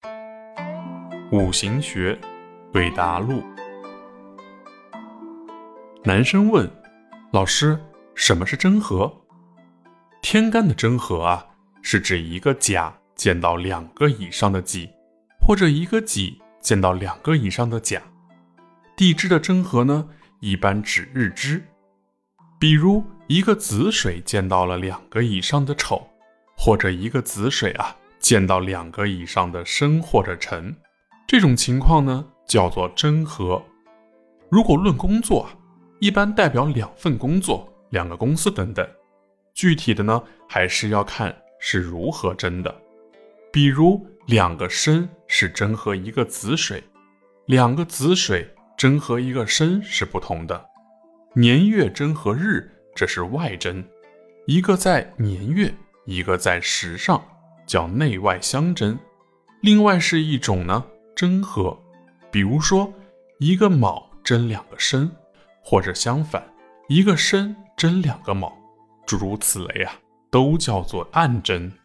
五行学对答录。男生问老师，什么是真合？天干的真合啊，是指一个甲见到2个以上的己，或者一个己见到2个以上的甲。地支的真合呢，一般指日支，比如一个子水见到了2个以上的丑，或者一个子水啊见到2个以上的申或者辰，这种情况呢叫做真合。如果论工作啊，一般代表2份工作、2个公司等等，具体的呢还是要看是如何真的。比如2个申是真合一个子水，2个子水真合一个申是不同的。年月真合日，这是外真，一个在年月，一个在时上，叫内外相真。另外是一种呢真合，比如说一个卯真2个申，或者相反，一个申真2个卯，诸如此类啊，都叫做暗真。